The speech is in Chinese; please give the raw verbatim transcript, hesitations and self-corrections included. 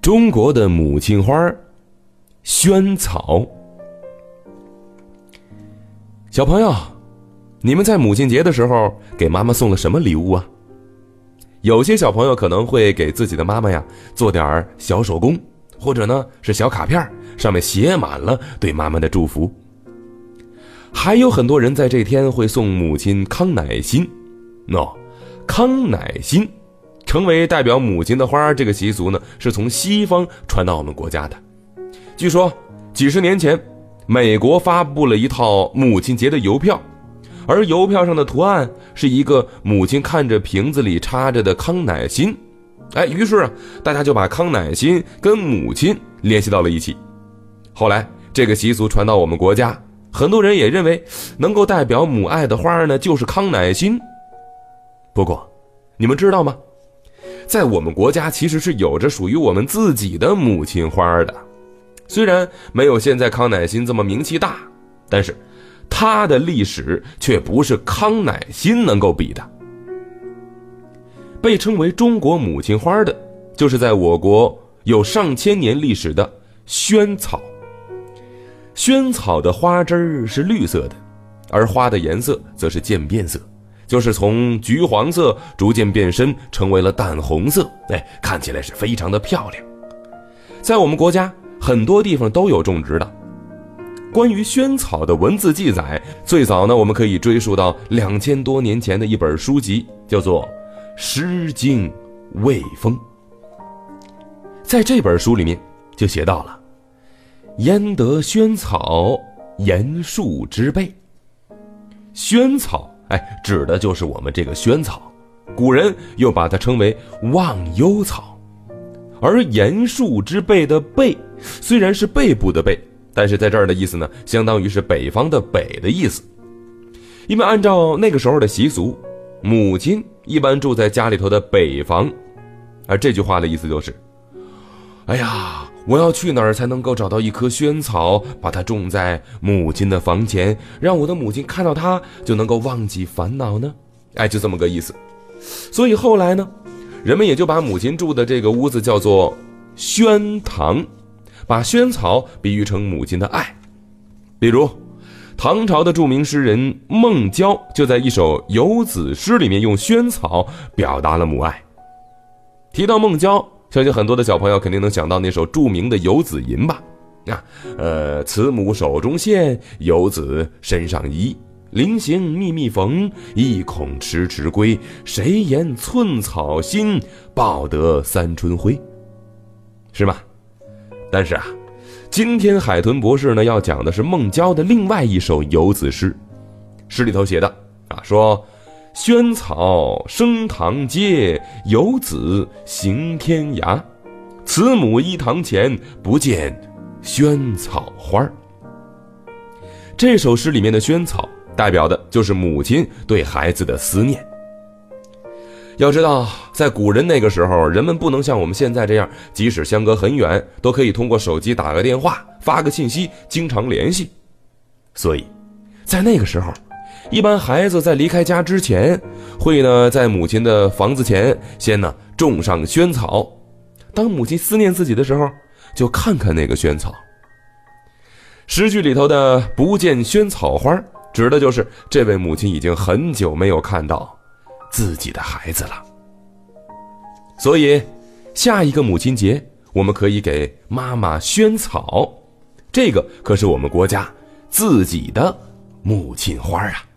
中国的母亲花，萱草。小朋友，你们在母亲节的时候给妈妈送了什么礼物啊？有些小朋友可能会给自己的妈妈呀做点小手工，或者呢是小卡片，上面写满了对妈妈的祝福。还有很多人在这天会送母亲康乃馨。喏，康乃馨成为代表母亲的花，这个习俗呢是从西方传到我们国家的。据说几十年前，美国发布了一套母亲节的邮票，而邮票上的图案是一个母亲看着瓶子里插着的康乃馨。哎，于是啊，大家就把康乃馨跟母亲联系到了一起。后来这个习俗传到我们国家，很多人也认为能够代表母爱的花呢就是康乃馨。不过你们知道吗，在我们国家其实是有着属于我们自己的母亲花的。虽然没有现在康乃馨这么名气大，但是它的历史却不是康乃馨能够比的。被称为中国母亲花的，就是在我国有上千年历史的萱草。萱草的花枝是绿色的，而花的颜色则是渐变色，就是从橘黄色逐渐变深成为了淡红色，哎，看起来是非常的漂亮。在我们国家很多地方都有种植的。关于萱草的文字记载，最早呢我们可以追溯到两千多年前的一本书籍，叫做《诗经·卫风》。在这本书里面就写到了，焉得萱草，言树之辈。萱草，哎，指的就是我们这个萱草，古人又把它称为忘忧草。而言树之辈的辈，虽然是背部的背，但是在这儿的意思呢，相当于是北方的北的意思。因为按照那个时候的习俗，母亲一般住在家里头的北房，而这句话的意思就是，哎呀，我要去哪儿才能够找到一棵萱草，把它种在母亲的房前，让我的母亲看到它就能够忘记烦恼呢？哎，就这么个意思。所以后来呢，人们也就把母亲住的这个屋子叫做萱堂，把萱草比喻成母亲的爱。比如唐朝的著名诗人孟郊就在一首游子诗里面用萱草表达了母爱。提到孟郊，相信很多的小朋友肯定能想到那首著名的游子吟吧。啊，呃，慈母手中线，游子身上衣，临行密密缝，意恐迟迟归。谁言寸草心，报得三春晖。是吗？但是啊，今天海豚博士呢要讲的是孟郊的另外一首游子诗。诗里头写的啊，说萱草生堂阶，游子行天涯。慈母依堂前，不见萱草花。这首诗里面的萱草代表的就是母亲对孩子的思念。要知道，在古人那个时候，人们不能像我们现在这样，即使相隔很远，都可以通过手机打个电话，发个信息，经常联系。所以在那个时候，一般孩子在离开家之前，会呢在母亲的房子前先呢种上萱草，当母亲思念自己的时候，就看看那个萱草。诗句里头的不见萱草花，指的就是这位母亲已经很久没有看到自己的孩子了。所以下一个母亲节，我们可以给妈妈萱草，这个可是我们国家自己的母亲花啊。